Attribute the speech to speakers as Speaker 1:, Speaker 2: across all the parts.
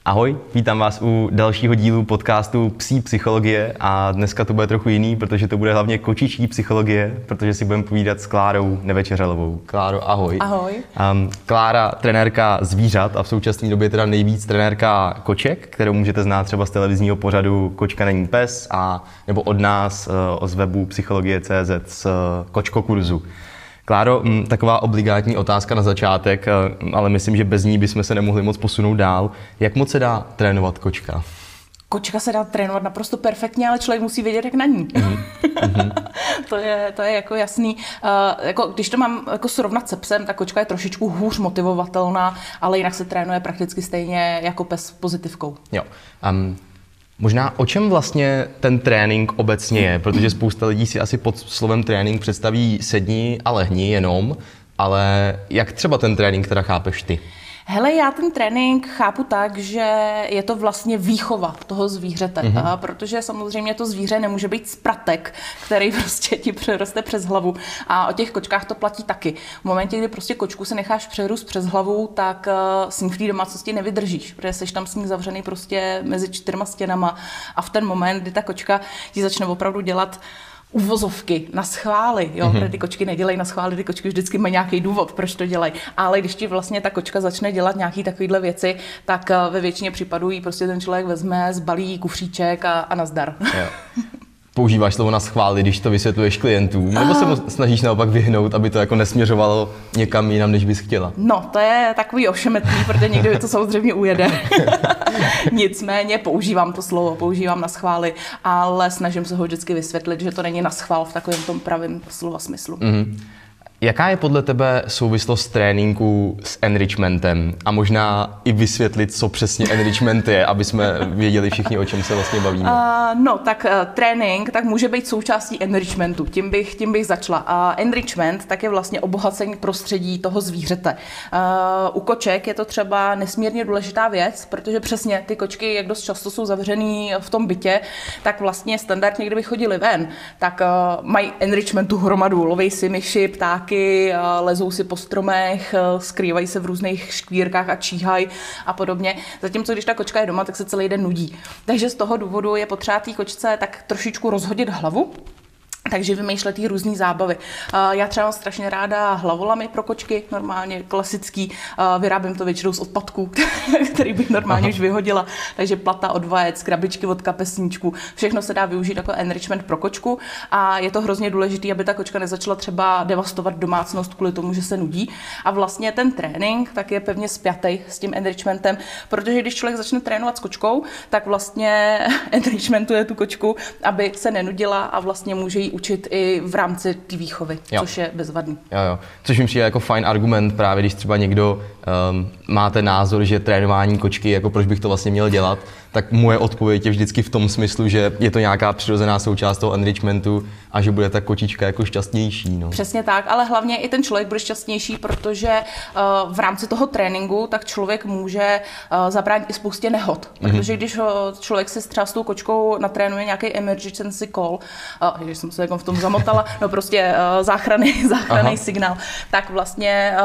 Speaker 1: Ahoj, vítám vás u dalšího dílu podcastu Psí psychologie a dneska to bude trochu jiný, protože to bude hlavně kočičí psychologie, protože si budeme povídat s Klárou Nevečeřelovou. Kláro, ahoj.
Speaker 2: Ahoj.
Speaker 1: Klára, trenérka zvířat a v současné době teda nejvíc trenérka koček, kterou můžete znát třeba z televizního pořadu Kočka není pes a nebo od nás z webu psychologie.cz z kočkokurzu. Kláro, taková obligátní otázka na začátek, ale myslím, že bez ní bychom se nemohli moc posunout dál. Jak moc se dá trénovat kočka?
Speaker 2: Kočka se dá trénovat naprosto perfektně, ale člověk musí vědět, jak na ní. To je jako jasný. Jako, když to mám jako srovnat se psem, tak kočka je trošičku hůř motivovatelná, ale jinak se trénuje prakticky stejně jako pes s pozitivkou.
Speaker 1: Jo. Možná o čem vlastně ten trénink obecně je, protože spousta lidí si asi pod slovem trénink představí sedni a lehni jenom, ale jak třeba ten trénink teda chápeš ty?
Speaker 2: Hele, já ten trénink chápu tak, že je to vlastně výchova toho zvířete, protože samozřejmě to zvíře nemůže být spratek, který prostě ti přeroste přes hlavu a o těch kočkách to platí taky. V momentě, kdy prostě kočku si necháš přerůst přes hlavu, tak s ní v té domácnosti nevydržíš, protože jsi tam s ní zavřený prostě mezi 4 stěnama a v ten moment, kdy ta kočka ti začne opravdu dělat uvozovky na schvály, jo, protože ty kočky nedělají na schvály, ty kočky vždycky mají nějaký důvod, proč to dělají. Ale když ti vlastně ta kočka začne dělat nějaký takovýhle věci, tak ve většině případů jí prostě ten člověk vezme, zbalí kufříček a nazdar.
Speaker 1: Jo. Používáš slovo na schvály, když to vysvětluješ klientům, nebo se mu snažíš naopak vyhnout, aby to jako nesměřovalo někam jinam, než bys chtěla?
Speaker 2: No, to je takový ošemetný, protože někdo to samozřejmě ujede. Nicméně používám to slovo, používám na schvály, ale snažím se ho vždycky vysvětlit, že to není na schvál v takovém tom pravém slova smyslu.
Speaker 1: Jaká je podle tebe souvislost tréninku s enrichmentem? A možná i vysvětlit, co přesně enrichment je, aby jsme věděli všichni, o čem se vlastně bavíme.
Speaker 2: Trénink tak může být součástí enrichmentu. Tím bych začala. Enrichment tak je vlastně obohacení prostředí toho zvířete. U koček je to třeba nesmírně důležitá věc, protože přesně ty kočky, jak dost často jsou zavřený v tom bytě, tak vlastně standardně, kdyby chodili ven, tak mají enrichmentu hromadu. Loví si myši, ptáky, lezou si po stromech, skrývají se v různých škvírkách a číhají a podobně. Zatímco když ta kočka je doma, tak se celý den nudí. Takže z toho důvodu je potřeba té kočce tak trošičku rozhodit hlavu, takže vymýšlet jí různý zábavy. Já třeba mám strašně ráda hlavolamy pro kočky, normálně klasický. Vyrábím to většinou z odpadků, který bych normálně už vyhodila. Takže plata od vajec, krabičky od kapesníčku, všechno se dá využít jako enrichment pro kočku a je to hrozně důležité, aby ta kočka nezačala třeba devastovat domácnost kvůli tomu, že se nudí. A vlastně ten trénink tak je pevně spjatý s tím enrichmentem, protože když člověk začne trénovat s kočkou, tak vlastně enrichmentuje tu kočku, aby se nenudila a vlastně může jí učit i v rámci té výchovy, což je bezvadný.
Speaker 1: Jo. Což mi přijde jako fajn argument právě, když třeba někdo má ten názor, že trénování kočky, jako proč bych to vlastně měl dělat, tak moje odpověď je vždycky v tom smyslu, že je to nějaká přirozená součást toho enrichmentu a že bude ta kočička jako šťastnější. No.
Speaker 2: Přesně tak, ale hlavně i ten člověk bude šťastnější, protože v rámci toho tréninku tak člověk může zabránit i spoustě nehod. Protože když člověk si třeba s tou kočkou natrénuje nějaký emergency call, když jsem se jako v tom zamotala, no prostě záchranný signál, tak vlastně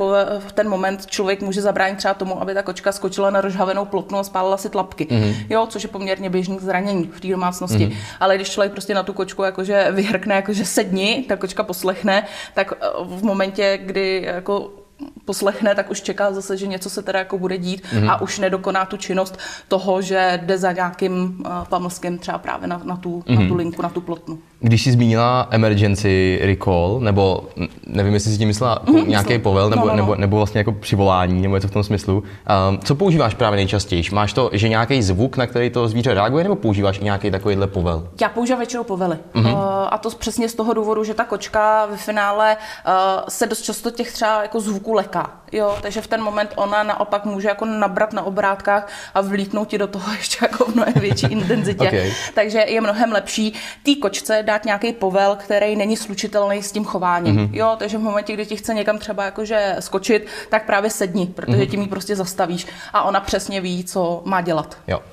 Speaker 2: v ten moment člověk může zabránit třeba tomu, aby ta kočka skočila na rozhavenou plotnu a spálila si tlapky. Jo, což je poměrně běžný zranění v té domácnosti. Ale když člověk prostě na tu kočku jakože vyhrkne, jakože sedni, ta kočka poslechne, tak v momentě, kdy jako poslechne, tak už čeká zase, že něco se teda jako bude dít a už nedokoná tu činnost toho, že jde za nějakým pamlskem třeba právě na tu linku, na tu plotnu. Když
Speaker 1: jsi zmínila emergency recall, nebo nevím, jestli jsi tím myslela nějaký povel, nebo vlastně jako přivolání, nebo něco v tom smyslu, co používáš právě nejčastěji? Máš to, že nějaký zvuk, na který to zvíře reaguje, nebo používáš i nějaký takovýhle povel?
Speaker 2: Já používám většinou povely. A to přesně z toho důvodu, že ta kočka ve finále se dost často těch třeba jako zvuků leká. Jo, takže v ten moment ona naopak může jako nabrat na obrátkách a vlítnout ti do toho ještě jako v mnohem větší intenzitě.
Speaker 1: Okay.
Speaker 2: Takže je mnohem lepší té kočce dát nějaký povel, který není slučitelný s tím chováním. Jo, takže v momentě, kdy ti chce někam třeba jakože skočit, tak právě sedni, protože tím ji prostě zastavíš a ona přesně ví, co má dělat.
Speaker 1: Jo.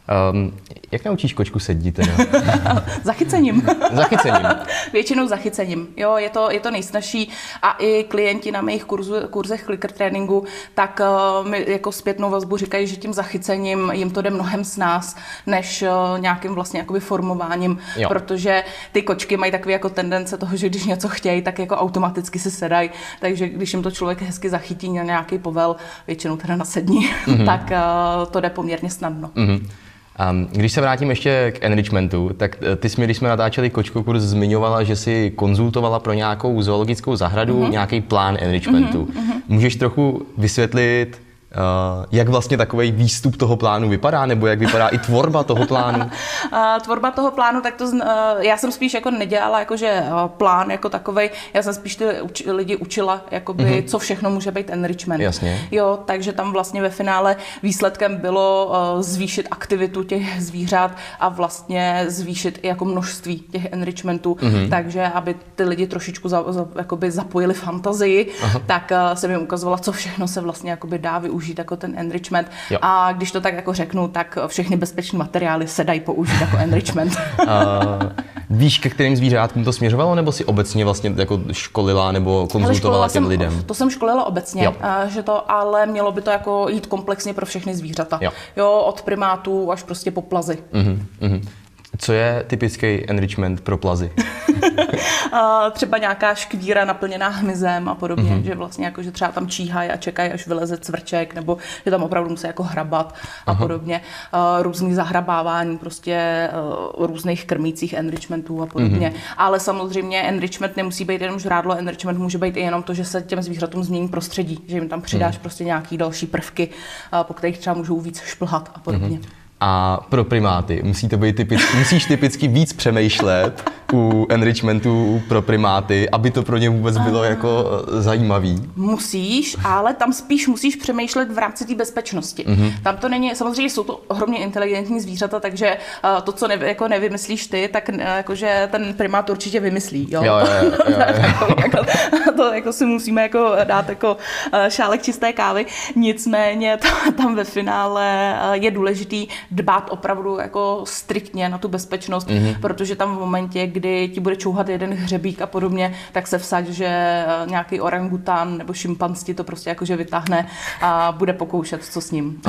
Speaker 1: Jak naučíš kočku sedít teda?
Speaker 2: Zachycením.
Speaker 1: Zachycením.
Speaker 2: Většinou zachycením. Jo, je to nejsnažší a i klienti na mých kurzech clicker tréninku, tak mi jako zpětnou vazbu říkají, že tím zachycením jim to jde mnohem snáz, než nějakým vlastně jakoby formováním, protože ty kočky mají takové jako tendence toho, že když něco chtějí, tak jako automaticky si sedají, takže když jim to člověk hezky zachytí na nějaký povel, většinou teda na sedni, tak to jde poměrně snadno.
Speaker 1: Když se vrátím ještě k enrichmentu, tak ty jsi mi, když jsme natáčeli Kočko kurz, zmiňovala, že jsi konzultovala pro nějakou zoologickou zahradu nějaký plán enrichmentu. Můžeš trochu vysvětlit, jak vlastně takový výstup toho plánu vypadá, nebo jak vypadá i tvorba toho plánu?
Speaker 2: Tvorba toho plánu, tak já jsem spíš jako nedělala jakože plán jako takovej, já jsem spíš ty lidi učila, jakoby, co všechno může být enrichment.
Speaker 1: Jasně.
Speaker 2: Jo, takže tam vlastně ve finále výsledkem bylo zvýšit aktivitu těch zvířat a vlastně zvýšit i jako množství těch enrichmentů, takže aby ty lidi trošičku jakoby zapojili fantazii, tak jsem jim ukazovala, co všechno se vlastně jakoby dá využít jako ten enrichment. A když to tak jako řeknu, tak všechny bezpečné materiály se dají použít jako enrichment.
Speaker 1: Víš, ke kterým zvířátkům to směřovalo, nebo si obecně vlastně jako školila nebo konzultovala těm lidem?
Speaker 2: To jsem školila obecně, že to, ale mělo by to jako jít komplexně pro všechny zvířata. Jo, od primátů až prostě po plazy.
Speaker 1: Co je typický enrichment pro plazy?
Speaker 2: Třeba nějaká škvíra naplněná hmyzem a podobně, že vlastně jako, že třeba tam číhají a čekají, až vyleze cvrček, nebo že tam opravdu musí jako hrabat a podobně. Různý zahrabávání prostě různých krmících enrichmentů a podobně. Ale samozřejmě enrichment nemusí být jenom žrádlo, enrichment může být i jenom to, že se těm zvířatům změní prostředí, že jim tam přidáš prostě nějaký další prvky, po kterých třeba můžou víc šplhat a podobně.
Speaker 1: A pro primáty musíš typicky víc přemýšlet u enrichmentu pro primáty, aby to pro ně vůbec bylo jako zajímavý.
Speaker 2: Musíš, ale tam spíš musíš přemýšlet v rámci té bezpečnosti. Tam to není, samozřejmě jsou to ohromně inteligentní zvířata, takže to, co jako nevymyslíš ty, tak jakože ten primát určitě vymyslí. Jo? To jako si musíme jako dát jako šálek čisté kávy. Nicméně tam ve finále je důležitý dbát opravdu jako striktně na tu bezpečnost, protože tam v momentě, kdy ti bude čouhat jeden hřebík a podobně, tak se vsaď, že nějaký orangután nebo šimpanz ti to prostě jakože vytáhne a bude pokoušet, co s ním.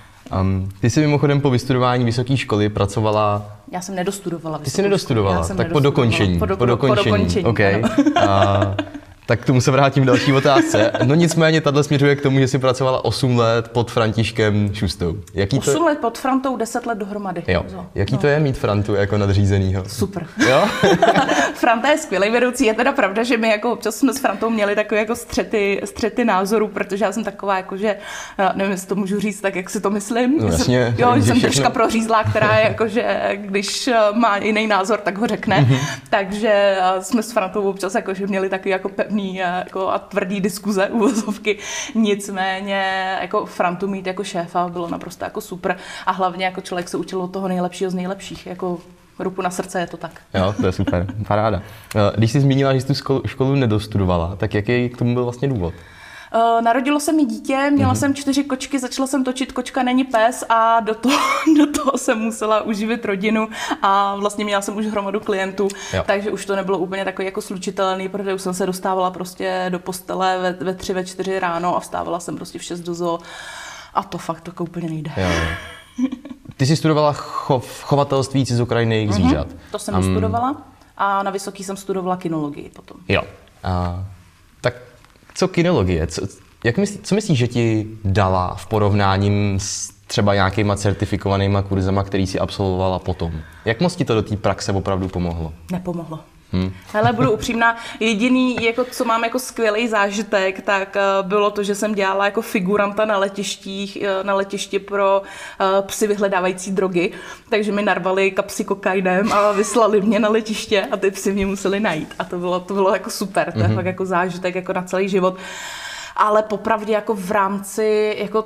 Speaker 1: Ty jsi mimochodem po vystudování vysoké školy pracovala...
Speaker 2: Já jsem nedostudovala.
Speaker 1: Ty jsi nedostudovala, tak po dokončení. Po dokončení. Okay. Tak k tomu se vrátím v další otázce. No nicméně tato směřuje k tomu, že jsi pracovala 8 let pod Františkem Šustou.
Speaker 2: 8 let pod Frantou, 10 let dohromady.
Speaker 1: Jo. Jaký to je mít Frantu jako nadřízenýho?
Speaker 2: Super.
Speaker 1: Jo?
Speaker 2: Franta je skvělý vedoucí. Je teda pravda, že my jako občas jsme s Frantou měli takové jako střety názorů, protože já jsem taková jako, že nevím, jestli to můžu říct tak, jak si to myslím.
Speaker 1: No, jasně,
Speaker 2: že jsem troška prořízlá, která je jako, že když má jiný názor, tak ho řekne. Takže jsme s Frantou občas jako, že měli takový jako pevný jako a tvrdý diskuze, uvozovky. Nicméně jako Frantu mít jako šéfa bylo naprosto jako super a hlavně jako člověk se učil od toho nejlepšího z nejlepších. Jako ruku na srdce je to tak.
Speaker 1: Jo, to je super, paráda. Když jsi zmínila, že jsi tu školu nedostudovala, tak jaký k tomu byl vlastně důvod?
Speaker 2: Narodilo se mi dítě, měla jsem 4 kočky, začala jsem točit Kočka není pes a do toho jsem musela uživit rodinu a vlastně měla jsem už hromadu klientů, takže už to nebylo úplně takový jako slučitelný, protože už jsem se dostávala prostě do postele ve 3, ve 4 ráno a vstávala jsem prostě v 6 do zoo a to fakt to úplně nejde.
Speaker 1: Jo. Ty jsi studovala chovatelství cizokrajných zvířat.
Speaker 2: To jsem studovala a na vysoký jsem studovala kynologii potom.
Speaker 1: Jo. Tak co kynologie? Co myslíš, že ti dala v porovnání s třeba nějakýma certifikovanýma kurzama, který si absolvovala potom? Jak moc ti to do té praxe opravdu pomohlo?
Speaker 2: Nepomohlo. Hele, budu upřímná, jediný, jako, co mám jako skvělý zážitek, tak bylo to, že jsem dělala jako figuranta na letišti pro psy vyhledávající drogy, takže mi narvali kapsy kokainem a vyslali mě na letiště a ty psy mě museli najít a to bylo jako super, to je fakt jako zážitek jako na celý život, ale popravdě jako v rámci jako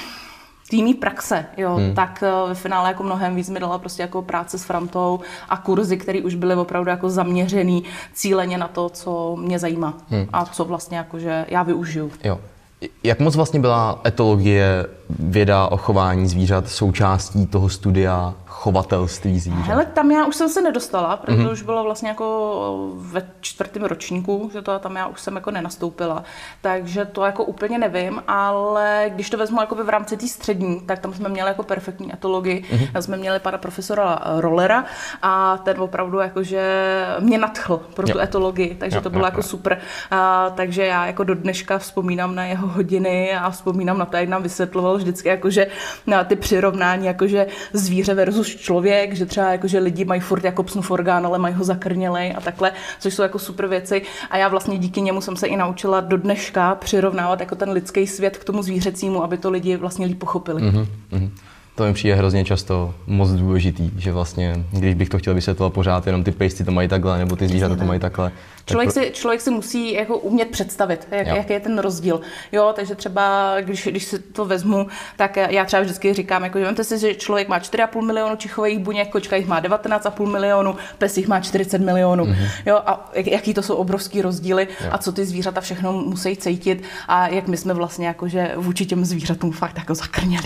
Speaker 2: týmí praxe, jo, tak ve finále jako mnohem víc mi dala prostě jako práce s Frantou a kurzy, které už byly opravdu jako zaměřený cíleně na to, co mě zajímá a co vlastně jako, že já využiju.
Speaker 1: Jo. Jak moc vlastně byla etologie, věda o chování zvířat součástí toho studia chovatelství zvířat?
Speaker 2: Hele, tam já už jsem se nedostala, protože už bylo vlastně jako ve 4. ročníku, že to tam já už jsem jako nenastoupila, takže to jako úplně nevím, ale když to vezmu jakoby v rámci té střední, tak tam jsme měli jako perfektní etologii, tam jsme měli pana profesora Rollera a ten opravdu jakože mě nadchl pro tu etologii, takže to bylo jako super, takže já jako do dneška vzpomínám na jeho hodiny a vzpomínám na to, jak nám vysvětloval vždycky jakože na ty přirovnání, jakože zvíře versus člověk, že třeba jakože lidi mají furt jako psův orgán, ale mají ho zakrnělej a takhle, což jsou jako super věci a já vlastně díky němu jsem se i naučila do dneška přirovnávat jako ten lidský svět k tomu zvířecímu, aby to lidi vlastně líp pochopili.
Speaker 1: To mi přijde hrozně často moc důležitý, že vlastně, když bych to chtěl vysvětlovat pořád, jenom ty pejsci to mají takhle, nebo ty zvířata to mají takhle.
Speaker 2: Člověk si musí jako umět představit, jaký je ten rozdíl. Jo, takže třeba, když si to vezmu, tak já třeba vždycky říkám, jako, že vemte si, že člověk má 4,5 milionu čichových buněk, kočka jich má 19,5 milionu, pes jich má 40 milionů. Jo, a jaký to jsou obrovský rozdíly a co ty zvířata všechno musí cítit a jak my jsme vlastně jakože vůči těm zvířatům fakt jako zakrněli.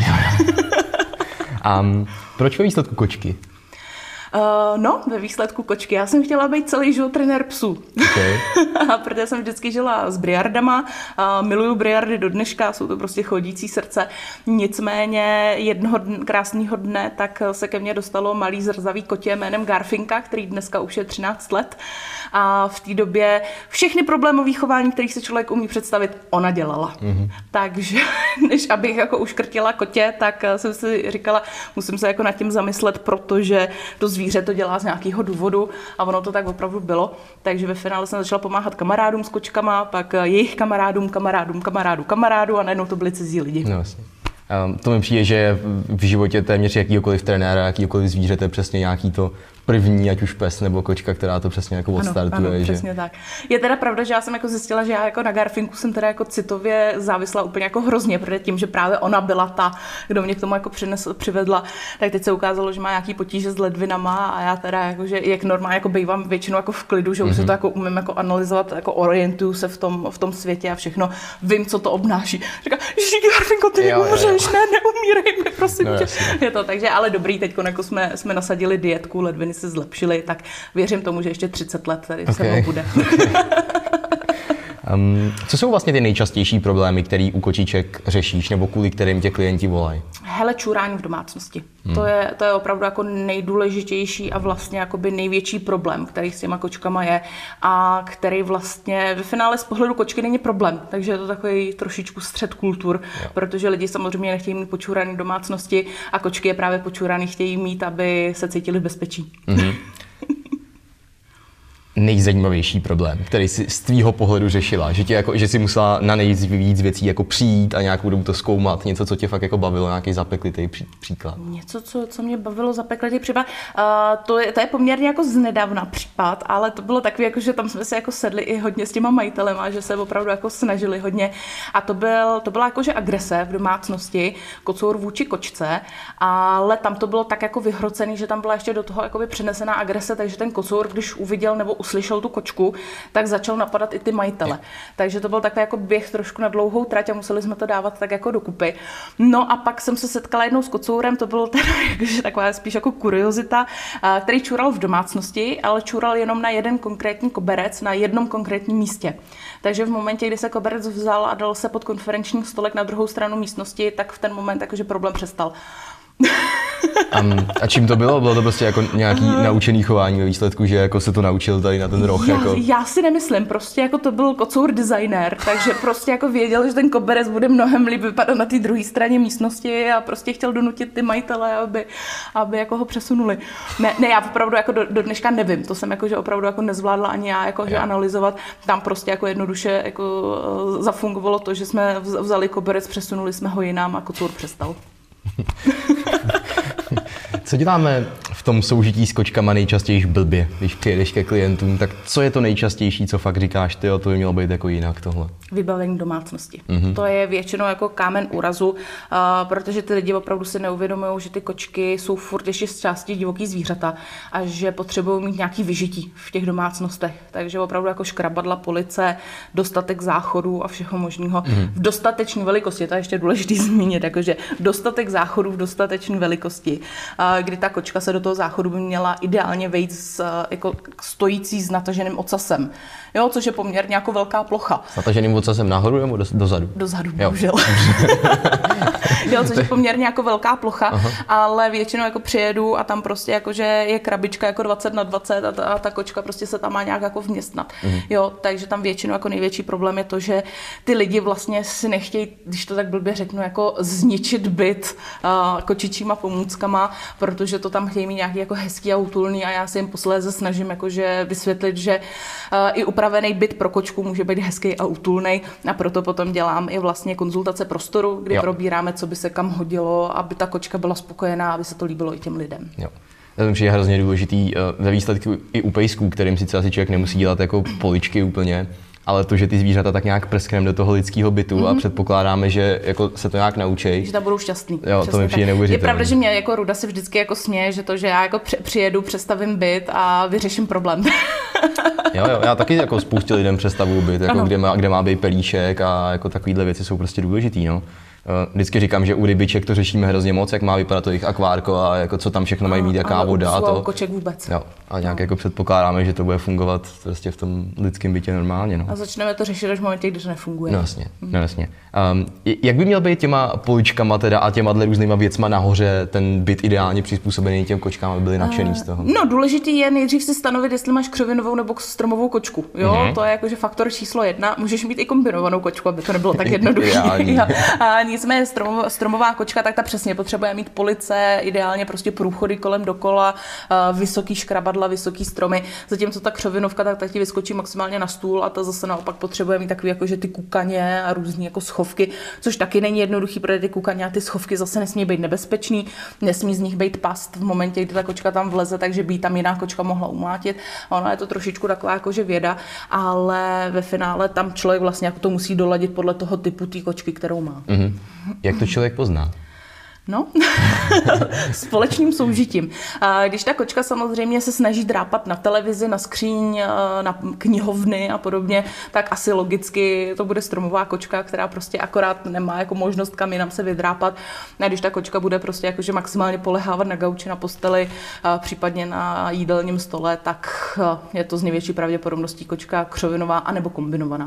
Speaker 1: A proč ve výsledku kočky?
Speaker 2: Ve výsledku kočky. Já jsem chtěla být celý život trenér psů.
Speaker 1: Okay.
Speaker 2: Protože jsem vždycky žila s briardama. Miluju briardy do dneška, jsou to prostě chodící srdce. Nicméně jednoho krásného dne tak se ke mně dostalo malý zrzavý kotě jménem Garfinka, který dneska už je 13 let. A v té době všechny problémové chování, které si člověk umí představit, ona dělala. Takže než abych jako uškrtila kotě, tak jsem si říkala, musím se jako nad tím zamyslet, protože to zvíře to dělá z nějakého důvodu a ono to tak opravdu bylo. Takže ve finále jsem začala pomáhat kamarádům s kočkama, pak jejich kamarádů a najednou to byli cizí lidi.
Speaker 1: No, vlastně. To mi přijde, že v životě téměř jakýkoliv trenéra, jakýkoliv zvířete přesně nějaký to první, ať už pes nebo kočka, která to přesně jako odstartuje.
Speaker 2: Ano, přesně tak. Je teda pravda, že já jsem jako zjistila, že já jako na Garfinku jsem teda jako citově závislá úplně jako hrozně, protože tím, že právě ona byla ta, kdo mě k tomu jako přivedla, tak teď se ukázalo, že má nějaký potíže s ledvinama a já teda jako, že jak normálně jako bývám většinou jako v klidu, že už se to jako umím jako analyzovat, jako orientuju se v tom světě a všechno, vím, co to obnáší. Říká, Garfinko, ty neumřeš, neumírej mi, prosím tě. Je to, takže ale dobrý, teď jako jsme nasadili dietku, ledviny se zlepšily, tak věřím tomu, že ještě 30 let tady se mnou bude.
Speaker 1: Co jsou vlastně ty nejčastější problémy, které u kočiček řešíš, nebo kvůli kterým tě klienti volají?
Speaker 2: Hele, čurání v domácnosti. To je opravdu jako nejdůležitější a vlastně jakoby největší problém, který s těma kočkama je a který vlastně ve finále z pohledu kočky není problém, takže je to takový trošičku střet kultur, protože lidi samozřejmě nechtějí mít počuraný v domácnosti a kočky je právě počuraný chtějí mít, aby se cítili v bezpečí.
Speaker 1: Nejzajímavější problém, který jsi z tvýho pohledu řešila, že jsi musela na nejvíc věcí jako přijít a nějakou dobu to zkoumat, něco, co tě fakt jako bavilo, nějaký zapeklitý příklad?
Speaker 2: Něco, co mě bavilo, zapeklitý případ, to je poměrně jako znedávna případ, ale to bylo takový, jako, že tam jsme se jako sedli i hodně s těma majitelema, že se opravdu jako snažili hodně a to byla jakože agrese v domácnosti, kocour vůči kočce, ale tam to bylo tak jako vyhrocený, že tam byla ještě do toho jakoby přenesená agrese, takže ten kocour, když uviděl nebo uslyšel tu kočku, tak začal napadat i ty majitele. Takže to byl takový jako běh trošku na dlouhou trať a museli jsme to dávat tak jako dokupy. No a pak jsem se setkala jednou s kocourem, to bylo teda jakože taková spíš jako kuriozita, který čural v domácnosti, ale čural jenom na jeden konkrétní koberec, na jednom konkrétním místě. Takže v momentě, kdy se koberec vzal a dal se pod konferenční stolek na druhou stranu místnosti, tak v ten moment jakože problém přestal.
Speaker 1: A čím to bylo? Bylo to prostě jako nějaký naučený chování ve výsledku, že jako se to naučil tady na ten roh?
Speaker 2: Já si nemyslím, prostě jako to byl kocour designer, takže prostě jako věděl, že ten koberec bude mnohem líp vypadat na té druhé straně místnosti a prostě chtěl donutit ty majitele, aby jako ho přesunuli. Ne, já opravdu jako do dneška nevím, to jsem jako, že opravdu jako nezvládla ani já jako, že analyzovat. Tam prostě jako jednoduše jako zafungovalo to, že jsme vzali koberec, přesunuli jsme ho jinam a kocour přestal.
Speaker 1: Co děláme v tom soužití s kočkama nejčastěji blbě, když přijedeš ke klientům, tak co je to nejčastější, co fakt říkáš, tyjo, to by mělo být jako jinak tohle?
Speaker 2: Vybavení domácnosti. To je většinou jako kámen úrazu, protože ty lidi opravdu si neuvědomují, že ty kočky jsou furt ještě z části divoký zvířata a že potřebují mít nějaký vyžití v těch domácnostech. Takže opravdu jako škrabadla, police, dostatek záchodů a všeho možného v dostatečné velikosti. To je ještě důležité zmínit, jakože dostatek záchodů v dostatečné velikosti, kdy ta kočka se do toho záchodu by měla ideálně vejít jako stojící s nataženým ocasem. Jo, což je poměrně jako velká plocha.
Speaker 1: S nataženým ocasem nahoru nebo dozadu?
Speaker 2: Dozadu, bohužel. Jo, což je poměrně jako velká plocha, ale většinou jako přijedu a tam prostě jakože je krabička jako 20x20 a ta kočka prostě se tam má nějak jako vměstnat. Jo, takže tam většinou jako největší problém je to, že ty lidi vlastně si nechtějí, když to tak blbě řeknu, jako zničit byt kočičíma pomůckama, protože to tam chtějí mít nějaký jako hezký a útulný a já se jim posléze snažím jakože vysvětlit, že i upravený byt pro kočku může být hezký a útulný a proto potom dělám i vlastně konzultace prostoru, kdy probíráme, co by se kam hodilo, aby ta kočka byla spokojená, aby se to líbilo i těm lidem.
Speaker 1: Jo. To mi přijde hrozně důležitý ve výsledku i u pejsků, kterým sice asi člověk nemusí dělat jako poličky úplně, ale to, že ty zvířata tak nějak prskneme do toho lidského bytu a předpokládáme, že jako se to nějak naučí.
Speaker 2: Že tam budou šťastný.
Speaker 1: Jo, to mi přijde neuvěřitelné.
Speaker 2: Je pravda, že mě jako Ruda se vždycky jako směje, že to, že já jako přijedu, přestavím byt a vyřeším problém.
Speaker 1: Jo, já taky jako spoustě lidem přestavuju byt, jako kde má být pelíšek a jako takovýhle věci jsou prostě důležitý, no. Vždycky říkám, že u rybiček to řešíme hrozně moc, jak má vypadat to jejich akvárko a jako co tam všechno mají mít, jaká voda a to.
Speaker 2: Koček vůbec.
Speaker 1: Jo, a nějak jako předpokládáme, že to bude fungovat prostě v tom lidském bytě normálně, no.
Speaker 2: A začneme to řešit až v momentě, když to nefunguje.
Speaker 1: No jasně. Jak by měl být těma poličkama teda a těma různýma věcma nahoře ten byt ideálně přizpůsobený těm kočkám, aby byli nadšený z toho?
Speaker 2: No, důležitý je nejdřív si stanovit, jestli máš křovinovou nebo stromovou kočku. Jo, to je jakože faktor číslo 1. Můžeš mít i kombinovanou kočku, aby to nebylo tak jednoduché. Nicméně stromová kočka, tak ta přesně potřebuje mít police, ideálně prostě průchody kolem dokola, vysoký škrabadla, vysoký stromy, zatímco ta křovinovka tak ti vyskočí maximálně na stůl a ta zase naopak potřebuje mít takový jako že ty kukaně a různý jako schovky, což taky není jednoduchý, protože ty kukaně a ty schovky zase nesmí být nebezpečný, nesmí z nich být past v momentě, kdy ta kočka tam vleze, takže by tam jiná kočka mohla umlátit. Ono je to trošičku taková jakože věda, ale ve finále tam člověk vlastně jako to musí doladit podle toho typu té kočky, kterou má.
Speaker 1: Jak to člověk pozná?
Speaker 2: No, společným soužitím. Když ta kočka samozřejmě se snaží drápat na televizi, na skříň, na knihovny a podobně, tak asi logicky to bude stromová kočka, která prostě akorát nemá jako možnost kam jinam se vydrápat. A když ta kočka bude prostě jakože maximálně polehávat na gauči, na posteli, případně na jídelním stole, tak je to z největší pravděpodobností kočka křovinová anebo kombinovaná.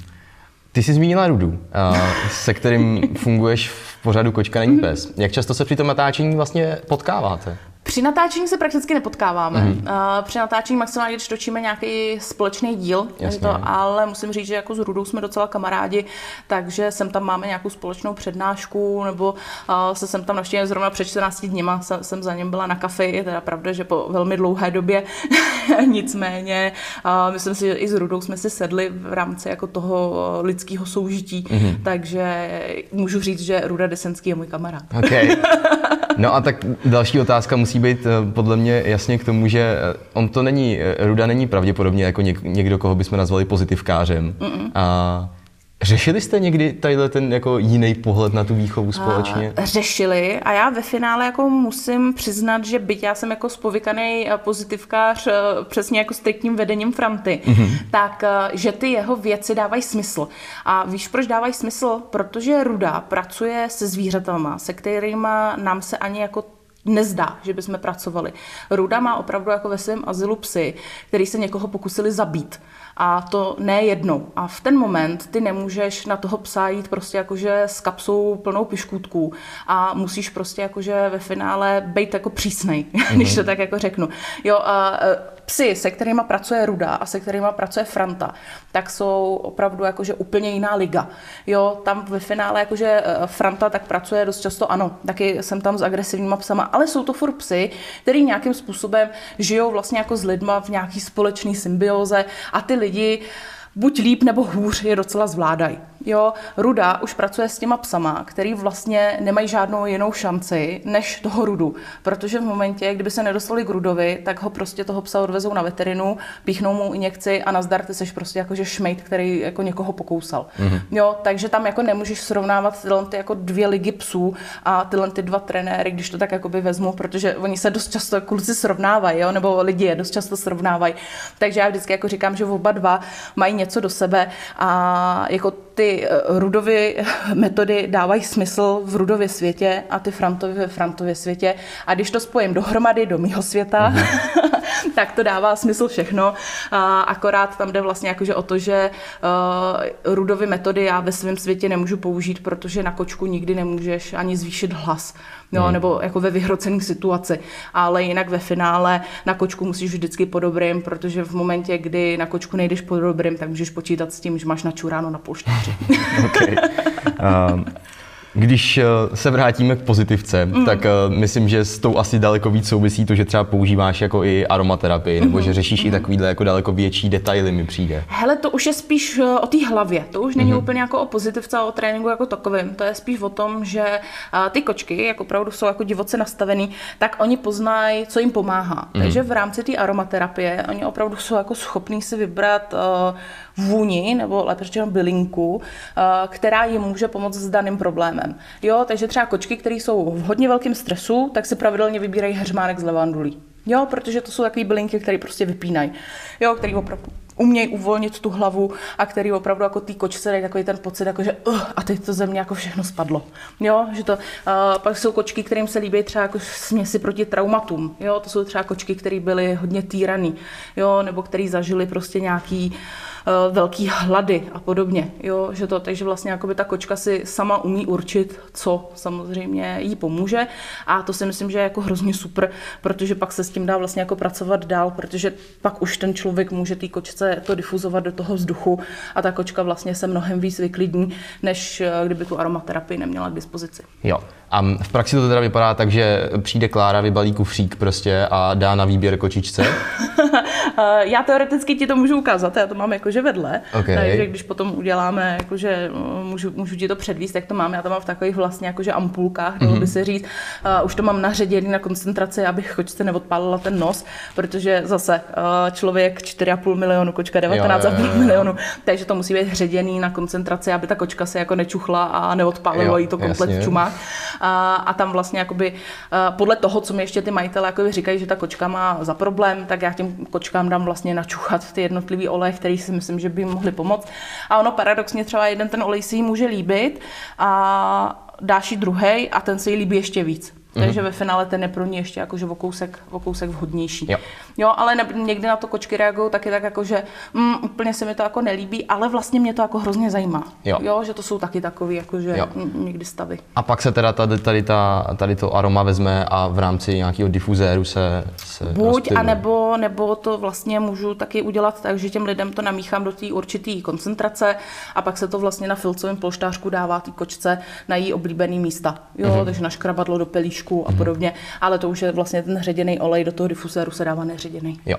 Speaker 1: Ty jsi zmínila Rudu, se kterým funguješ v pořadu Kočka není pes. Jak často se při tom natáčení vlastně potkáváte?
Speaker 2: Při natáčení se prakticky nepotkáváme. Při natáčení maximálně, když točíme nějaký společný díl, ale musím říct, že jako s Rudou jsme docela kamarádi, takže sem tam máme nějakou společnou přednášku, nebo se sem tam navštívím zrovna před 14 dněma, jsem za ním byla na kafe, je teda pravda, že po velmi dlouhé době, nicméně myslím si, že i s Rudou jsme si sedli v rámci jako toho lidského soužití, takže můžu říct, že Ruda Desenský je můj kamarád.
Speaker 1: Okay. No a tak další otázka musí být podle mě jasně k tomu, že Ruda není pravděpodobně jako někdo, koho bychom nazvali pozitivkářem. A řešili jste někdy tadyhle ten jako jiný pohled na tu výchovu společně?
Speaker 2: Řešili a já ve finále jako musím přiznat, že byť já jsem jako spovykaný pozitivkář přesně jako striktním vedením Franty, tak že ty jeho věci dávají smysl. A víš, proč dávají smysl? Protože Ruda pracuje se zvířatama, se kterýma nám se ani jako nezdá, že bychom pracovali. Ruda má opravdu jako ve svém azylu psy, který se někoho pokusili zabít. A to ne jednou. A v ten moment ty nemůžeš na toho psa jít prostě jakože s kapsou plnou piškůtků a musíš prostě jakože ve finále být jako přísnej, když to tak jako řeknu. Jo, a psy, se kterýma pracuje Ruda a se kterýma pracuje Franta, tak jsou opravdu jakože úplně jiná liga. Jo, tam ve finále jakože Franta tak pracuje dost často, ano, taky jsem tam s agresivníma psama, ale jsou to furt psy, který nějakým způsobem žijou vlastně jako s lidma v nějaký společný symbioze a ty lidi buď líp nebo hůř je docela zvládají. Jo, Ruda už pracuje s těma psama, který vlastně nemají žádnou jinou šanci než toho Rudu, protože v momentě, kdyby se nedostali k Rudovi, tak ho prostě toho psa odvezou na veterinu, píchnou mu injekci a nazdar, ty seš prostě jakože šmejt, který jako někoho pokousal. Jo, takže tam jako nemůžeš srovnávat tyhle ty jako 2 ligy psů a tyhle ty 2 trenéry, když to tak jakoby vezmu, protože oni se dost často kluci srovnávají, jo, nebo lidi je dost často srovnávají. Takže já vždycky jako říkám, že oba dva mají něco do sebe a jako ty Rudovy metody dávají smysl v Rudově světě a ty Frantovy ve Frantově světě. A když to spojím dohromady do mýho světa, tak to dává smysl všechno. Akorát tam jde vlastně jakože o to, že Rudovy metody já ve svém světě nemůžu použít, protože na kočku nikdy nemůžeš ani zvýšit hlas. Jo, nebo jako ve vyhrocené situaci. Ale jinak ve finále na kočku musíš vždycky po dobrým, protože v momentě, kdy na kočku nejdeš po dobrým, tak můžeš počítat s tím, že máš načuráno na polštáři.
Speaker 1: Okay. Když se vrátíme k pozitivce, tak myslím, že s tou asi daleko víc souvisí to, že třeba používáš jako i aromaterapii, nebo že řešíš i takovýhle jako daleko větší detaily mi přijde.
Speaker 2: Hele, to už je spíš o té hlavě, to už není úplně jako o pozitivce a o tréninku jako takovým, to je spíš o tom, že ty kočky, jako opravdu jsou jako divoce nastavený, tak oni poznají, co jim pomáhá. Takže v rámci té aromaterapie oni opravdu jsou jako schopní si vybrat vůni, nebo lépe řečeno bylinku, která jim může pomoct s daným problémem. Jo, takže třeba kočky, které jsou v hodně velkém stresu, tak si pravidelně vybírají heřmánek z levandulí. Jo, protože to jsou takové bylinky, které prostě vypínají. Jo, který opravdu umějí uvolnit tu hlavu a který opravdu jako té kočce dají takový ten pocit, jako že a teď to ze mě jako všechno spadlo. Jo, že to pak jsou kočky, kterým se líbí třeba jako směsi proti traumatům. Jo, to jsou třeba kočky, které byly hodně týraný, jo, nebo který zažili prostě nějaký velký hlady a podobně. Jo, že to, takže vlastně jakoby ta kočka si sama umí určit, co samozřejmě jí pomůže a to si myslím, že je jako hrozně super, protože pak se s tím dá vlastně jako pracovat dál, protože pak už ten člověk může té kočce to difuzovat do toho vzduchu a ta kočka vlastně se mnohem víc vyklidní, než kdyby tu aromaterapii neměla k dispozici.
Speaker 1: Jo. A v praxi to teda vypadá tak, že přijde Klára, vybalí kufřík prostě a dá na výběr kočičce?
Speaker 2: Já teoreticky ti to můžu ukázat, já to mám jakože vedle,
Speaker 1: okay.
Speaker 2: Takže když potom uděláme, jakože můžu ti to předvíst, jak to mám, já to mám v takových vlastně jakože ampulkách, dalo by se říct, už to mám naředěný na koncentraci, abych kočce neodpálila ten nos, protože zase člověk 4,5 milionu, kočka 19,5 milionu, takže to musí být ředěný na koncentraci, aby ta kočka se jako nečuchla a neodpálilo jí to komplet v čumách. A tam vlastně jakoby, podle toho, co mi ještě ty majitelé jakoby říkají, že ta kočka má za problém, tak já těm kočkám dám vlastně načuchat ty jednotlivý oleje, který si myslím, že by jim mohly pomoct. A ono paradoxně třeba jeden ten olej si jí může líbit a dáš jí druhej a ten se jí líbí ještě víc. Takže ve finále ten je pro ní ještě jakože o kousek vhodnější. Jo, ale někdy na to kočky reagují taky tak jako, že úplně se mi to jako nelíbí, ale vlastně mě to jako hrozně zajímá. Jo, že to jsou taky takový jakože někdy stavy. A
Speaker 1: pak se teda tady to aroma vezme a v rámci nějakého difuzéru se
Speaker 2: buď, a nebo to vlastně můžu taky udělat tak, že těm lidem to namíchám do té určité koncentrace a pak se to vlastně na filcovém polštářku dává té kočce na její oblíbený místa. Jo, takže na škrabadlo do pelíšku a podobně, ale to už je vlastně ten ředěný olej, do toho difuzéru se dává neředěný.
Speaker 1: Jo.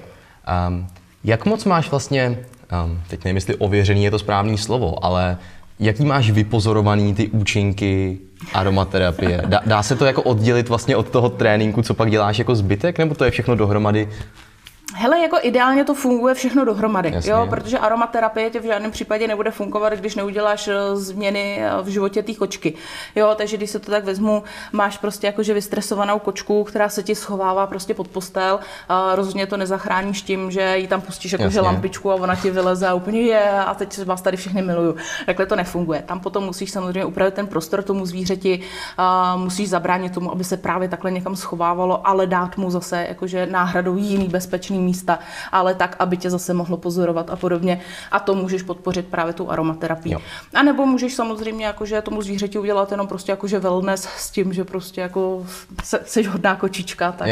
Speaker 1: Jak moc máš vlastně, teď nevím, jestli ověřený je to správné slovo, ale jaký máš vypozorovaný ty účinky aromaterapie? Dá se to jako oddělit vlastně od toho tréninku, co pak děláš jako zbytek, nebo to je všechno dohromady?
Speaker 2: Hele, jako ideálně to funguje všechno dohromady, jo, protože aromaterapie tě v žádném případě nebude fungovat, když neuděláš změny v životě té kočky. Jo, takže když se to tak vezmu, máš prostě jakože vystresovanou kočku, která se ti schovává prostě pod postel, rozhodně to nezachráníš tím, že jí tam pustíš jakože lampičku a ona ti vyleze a úplně a teď vás tady všechny miluju. Takhle to nefunguje. Tam potom musíš samozřejmě upravit ten prostor tomu zvířeti, musíš zabránit tomu, aby se právě takhle někam schovávalo, ale dát mu zase jakože náhradou jiný bezpečný místa, ale tak, aby tě zase mohlo pozorovat a podobně. A to můžeš podpořit právě tu aromaterapii. A nebo můžeš samozřejmě jakože tomu zvířeti udělat jenom prostě jakože wellness s tím, že prostě jako seš hodná kočička, tak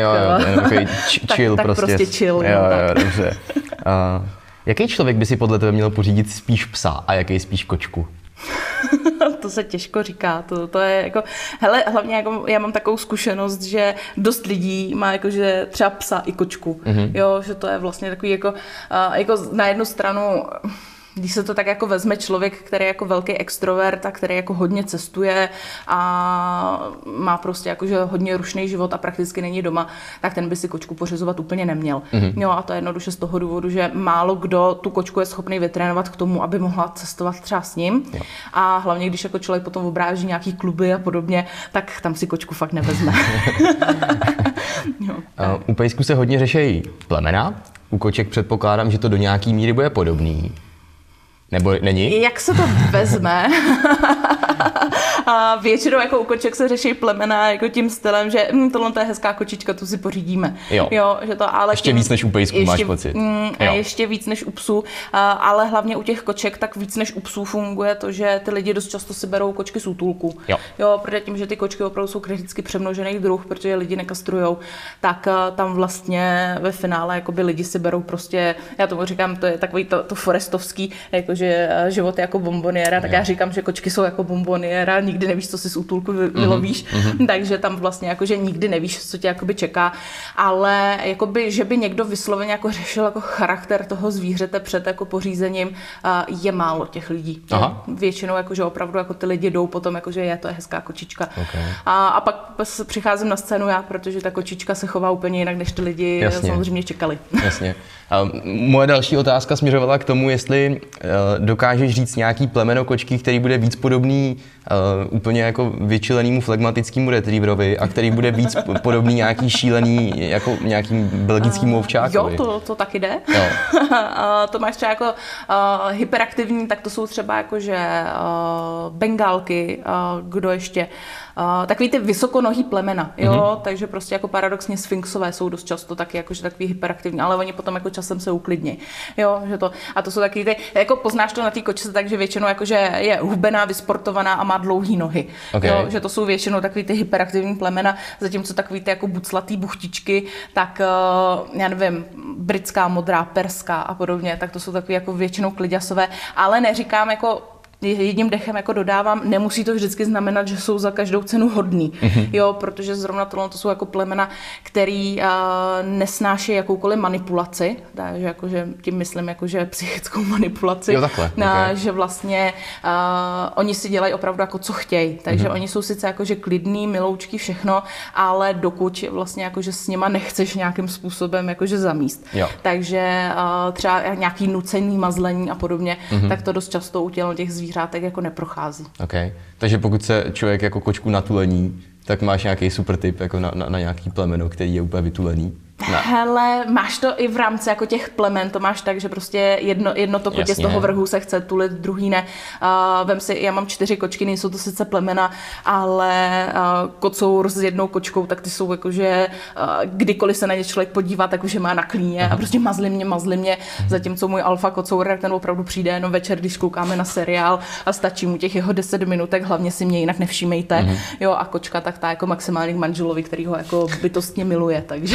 Speaker 1: chill
Speaker 2: tak prostě chill.
Speaker 1: Jo, dobře. Jaký člověk by si podle tebe měl pořídit spíš psa a jaký spíš kočku?
Speaker 2: To se těžko říká, to je jako, hele, hlavně jako já mám takovou zkušenost, že dost lidí má jakože třeba psa i kočku, jo, že to je vlastně takový jako na jednu stranu když se to tak jako vezme člověk, který je jako velký extrovert a který jako hodně cestuje a má prostě jakože hodně rušný život a prakticky není doma, tak ten by si kočku pořizovat úplně neměl. Jo, a to je jednoduše z toho důvodu, že málo kdo tu kočku je schopný vytrénovat k tomu, aby mohla cestovat třeba s ním. Jo. A hlavně, když jako člověk potom obráží nějaký kluby a podobně, tak tam si kočku fakt nevezme.
Speaker 1: Jo, u pejsků se hodně řeší plemena. U koček předpokládám, že to do nějaký míry bude podobný. Nebo není?
Speaker 2: Jak se to vezme? A většinou jako u koček se řeší plemena jako tím stylem, že tohle je hezká kočička, tu si pořídíme.
Speaker 1: Jo,
Speaker 2: že to, ale
Speaker 1: ještě víc než u pejsků, máš pocit.
Speaker 2: A ještě víc než u psů, ale hlavně u těch koček tak víc než u psů funguje to, že ty lidi dost často si berou kočky z útulku. Jo, protože tím, že ty kočky opravdu jsou kriticky přemnožený druh, protože lidi nekastrujou, tak tam vlastně ve finále jakoby lidi si berou prostě, já tomu říkám, to je takový to forestovský, jakože život je jako bomboniéra, tak já říkám, že kočky jsou jako bomboniéra, nikdy nevíš, co si z útulku vylovíš, takže tam vlastně jakože nikdy nevíš, co tě jakoby čeká, ale jakoby, že by někdo vysloveně jako řešil jako charakter toho zvířete před jako pořízením, je málo těch lidí. Většinou jakože opravdu jako ty lidi jdou potom, jakože je to hezká kočička. A pak přicházím na scénu já, protože ta kočička se chová úplně jinak, než ty lidi samozřejmě čekali.
Speaker 1: Jasně. Moje další otázka směřovala k tomu, jestli dokážeš říct nějaký plemeno kočky, který bude víc podobný úplně jako vyčilenému flegmatickému retrieverovi a který bude víc podobný nějaký šílený, jako nějakým belgickým ovčákovi.
Speaker 2: Jo, to taky jde. To máš třeba jako hyperaktivní, tak to jsou třeba jakože bengálky, kdo ještě, takový ty vysokonohý plemena, jo, takže prostě jako paradoxně sfinxové jsou dost často taky jakože takový hyperaktivní, ale oni potom jako časem se uklidní, jo, že to, a to jsou taky ty, jako poznáš to na té kočce, takže většinou jakože je hubená, vysportovaná a má dlouhý nohy, jo, že to jsou většinou takový ty hyperaktivní plemena, zatímco takový ty jako buclatý buchtičky, tak já nevím, britská, modrá, perská a podobně, tak to jsou takový jako většinou kliďasové, ale neříkám jako jedním dechem jako dodávám, nemusí to vždycky znamenat, že jsou za každou cenu hodný, jo, protože zrovna tohle to jsou jako plemena, který nesnáší jakoukoliv manipulaci, takže jakože tím myslím jakože psychickou manipulaci,
Speaker 1: jo, takhle,
Speaker 2: že vlastně oni si dělají opravdu jako co chtějí, takže oni jsou sice jakože klidný, miloučky, všechno, ale dokud vlastně jakože s nima nechceš nějakým způsobem jakože zamíst. Takže třeba nějaký nucený mazlení a podobně, tak to dost často u těch zvířátek jako neprochází.
Speaker 1: Takže pokud se člověk jako kočku natulení, tak máš nějaký super tip jako na nějaký plemeno, který je úplně vytulený?
Speaker 2: Hele, máš to i v rámci jako těch plemen, to máš tak, že prostě jedno to kotě z toho vrhu se chce tulit, druhý ne. Vem si, já mám 4 kočky, nejsou to sice plemena, ale kocour s jednou kočkou, tak ty jsou jakože kdykoliv se na ně člověk podívá, tak už je má na klíně a prostě mazli mě. Zatímco můj alfa kocour, ten opravdu přijde jenom večer, když koukáme na seriál a stačí mu těch jeho 10 minutek, hlavně si mě jinak nevšímejte. Jo, a kočka tak ta jako maximálně k manželovi, který ho jako bytostně miluje, takže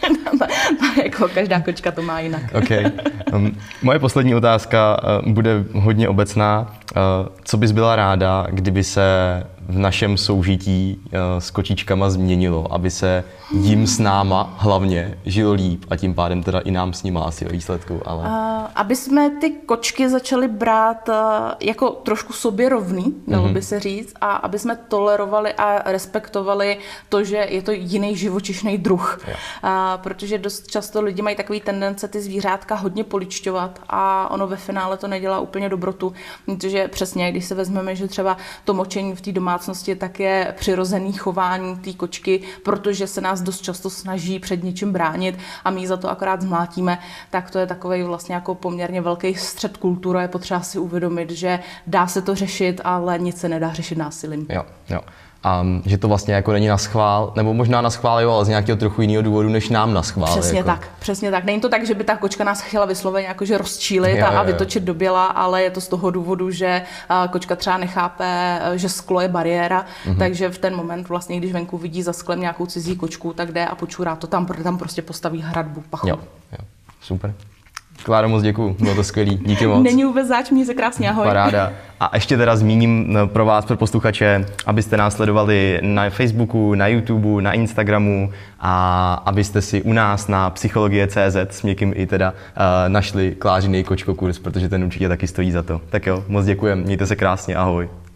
Speaker 2: jako každá kočka to má jinak.
Speaker 1: Moje poslední otázka bude hodně obecná. Co bys byla ráda, kdyby se v našem soužití s kočičkama změnilo, aby se jim s náma hlavně žilo líp a tím pádem teda i nám s nima asi o výsledku, ale...
Speaker 2: Aby jsme ty kočky začali brát jako trošku sobě rovný, dalo by se říct, a aby jsme tolerovali a respektovali to, že je to jiný živočišný druh. Protože dost často lidi mají takový tendence ty zvířátka hodně poličťovat a ono ve finále to nedělá úplně dobrotu, protože přesně, když se vezmeme, že třeba to močení v té domácnosti tak je přirozený chování té kočky, protože se nás dost často snaží před něčím bránit a my za to akorát zmlátíme, tak to je takový vlastně jako poměrně velký střet kultury. Je potřeba si uvědomit, že dá se to řešit, ale nic se nedá řešit násilím.
Speaker 1: Jo. A že to vlastně jako není na schvál, nebo možná na schvál, jo, ale z nějakého trochu jiného důvodu, než nám na schvál.
Speaker 2: Přesně tak. Není to tak, že by ta kočka nás chtěla vysloveně jakože rozčílit a vytočit do běla, ale je to z toho důvodu, že kočka třeba nechápe, že sklo je bariéra, takže v ten moment vlastně, když venku vidí za sklem nějakou cizí kočku, tak jde a počurá to tam, protože tam prostě postaví hradbu pachu.
Speaker 1: Jo. Super. Kláro, moc děkuju, bylo to skvělý, díky moc.
Speaker 2: Není vůbec zač, měj se krásně, ahoj.
Speaker 1: Paráda. A ještě teda zmíním pro vás, pro posluchače, abyste nás sledovali na Facebooku, na YouTube, na Instagramu a abyste si u nás na psychologie.cz s někým i teda našli Klářiný kočko kurz, protože ten určitě taky stojí za to. Tak jo, moc děkujem, mějte se krásně, ahoj.